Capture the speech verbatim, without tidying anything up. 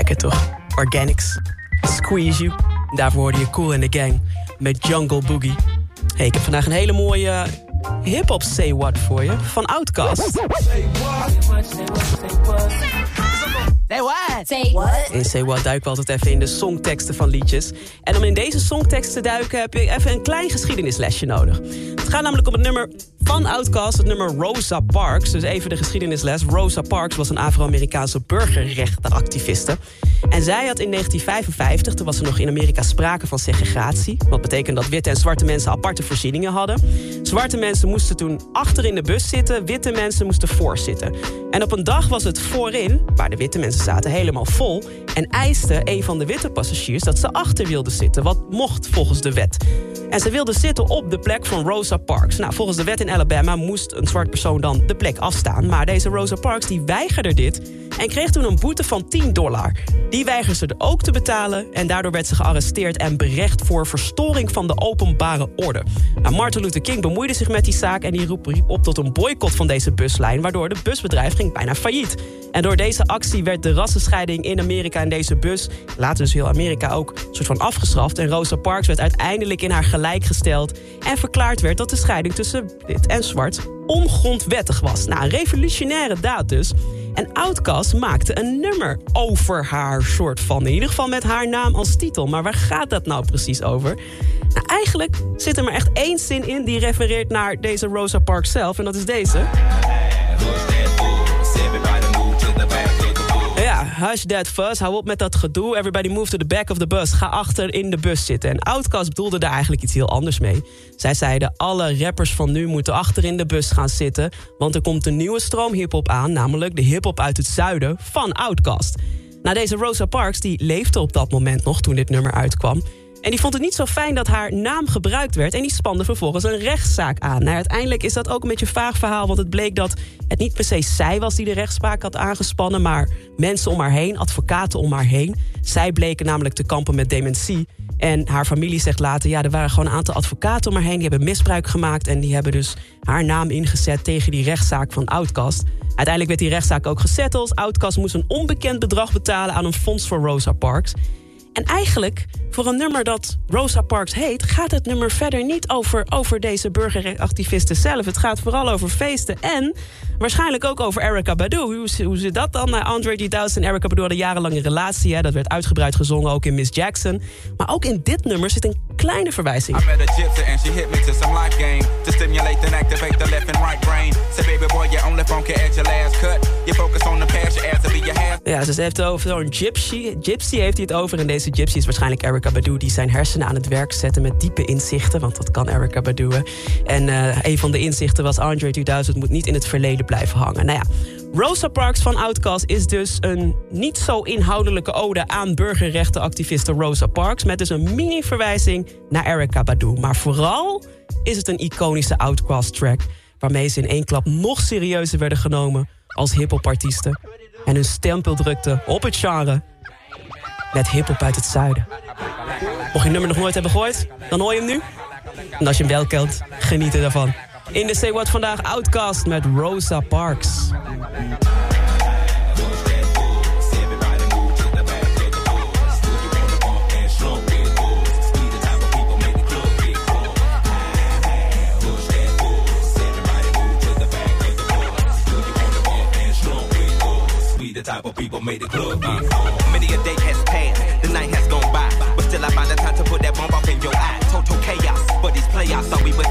Lekker toch? Organics. Squeeze You. Daarvoor hoorde je Kool and the Gang met Jungle Boogie. Hey, ik heb vandaag een hele mooie hip-hop Say What voor je. Van Outkast. Say what? Say what? In Say What duiken we altijd even in de songteksten van liedjes. En om in deze songteksten te duiken heb je even een klein geschiedenislesje nodig. Het gaat namelijk om het nummer van Outkast, het nummer Rosa Parks. Dus even de geschiedenisles. Rosa Parks was een Afro-Amerikaanse burgerrechtenactiviste. En zij had in negentien vijfenvijftig, toen was er nog in Amerika sprake van segregatie. Wat betekent dat witte en zwarte mensen aparte voorzieningen hadden. Zwarte mensen moesten toen achter in de bus zitten, witte mensen moesten voor zitten. En op een dag was het voorin, waar de witte mensen zaten, helemaal vol. En eiste een van de witte passagiers dat ze achter wilde zitten, wat mocht volgens de wet. En ze wilde zitten op de plek van Rosa Parks. Nou, volgens de wet in Alabama moest een zwart persoon dan de plek afstaan. Maar deze Rosa Parks die weigerde dit en kreeg toen een boete van tien dollar. Die weigerde ze er ook te betalen en daardoor werd ze gearresteerd en berecht voor verstoring van de openbare orde. Nou, Martin Luther King bemoeide zich met die zaak en die riep op tot een boycott van deze buslijn, waardoor de busbedrijf ging bijna failliet. En door deze actie werd de rassenscheiding in Amerika en deze bus, later dus heel Amerika ook, een soort van afgeschaft. En Rosa Parks werd uiteindelijk in haar gelijk gesteld en verklaard werd dat de scheiding tussen wit en zwart ongrondwettig was. Nou, een revolutionaire daad dus. En Outkast maakte een nummer over haar soort van. In ieder geval met haar naam als titel. Maar waar gaat dat nou precies over? Nou, eigenlijk zit er maar echt één zin in die refereert naar deze Rosa Parks zelf. En dat is deze. Ja, hush that fuss, hou op met dat gedoe. Everybody move to the back of the bus. Ga achter in de bus zitten. En Outkast bedoelde daar eigenlijk iets heel anders mee. Zij zeiden, alle rappers van nu moeten achter in de bus gaan zitten. Want er komt een nieuwe stroom hiphop aan. Namelijk de hiphop uit het zuiden van Outkast. Nou, deze Rosa Parks die leefde op dat moment nog toen dit nummer uitkwam. En die vond het niet zo fijn dat haar naam gebruikt werd. En die spande vervolgens een rechtszaak aan. Nou, uiteindelijk is dat ook een beetje een vaag verhaal. Want het bleek dat het niet per se zij was die de rechtszaak had aangespannen. Maar mensen om haar heen, advocaten om haar heen. Zij bleken namelijk te kampen met dementie. En haar familie zegt later, ja, er waren gewoon een aantal advocaten om haar heen. Die hebben misbruik gemaakt. En die hebben dus haar naam ingezet tegen die rechtszaak van Outkast. Uiteindelijk werd die rechtszaak ook gesetteld. Outkast moest een onbekend bedrag betalen aan een fonds voor Rosa Parks. En eigenlijk, voor een nummer dat Rosa Parks heet, gaat het nummer verder niet over, over deze burgerrechtenactivisten zelf. Het gaat vooral over feesten en waarschijnlijk ook over Erykah Badu. Hoe, hoe zit dat dan? Nou, Andre three thousand en Erykah Badu hadden een jarenlange relatie. Hè? Dat werd uitgebreid gezongen, ook in Miss Jackson. Maar ook in dit nummer zit een kleine verwijzing. I met a gypsy and she hit me to some life game. To stimulate and activate the left and right brain. Say baby boy, you only phone can at your last cut. You focus on the past, your ass to be your half. Ja, ze heeft het over zo'n gypsy. Gypsy heeft hij het over en deze gypsy is waarschijnlijk Erykah Badu die zijn hersenen aan het werk zetten met diepe inzichten, want dat kan Erykah Badu. En uh, een van de inzichten was Andre three thousand moet niet in het verleden blijven hangen. Nou ja, Rosa Parks van Outkast is dus een niet zo inhoudelijke ode aan burgerrechtenactiviste Rosa Parks, met dus een mini-verwijzing naar Erykah Badu. Maar vooral is het een iconische Outkast track waarmee ze in één klap nog serieuzer werden genomen als hip-hop-artiesten en hun stempel drukten op het genre met hiphop uit het zuiden. Mocht je het nummer nog nooit hebben gehoord, dan hoor je hem nu. En als je hem wel kent, geniet ervan. In de Say What vandaag Outkast met Rosa Parks. The type of people made the club get full. Many a day has passed, the night has gone by, but still I find the time to put that bomb off in your eye. Total chaos, but these playoffs thought we would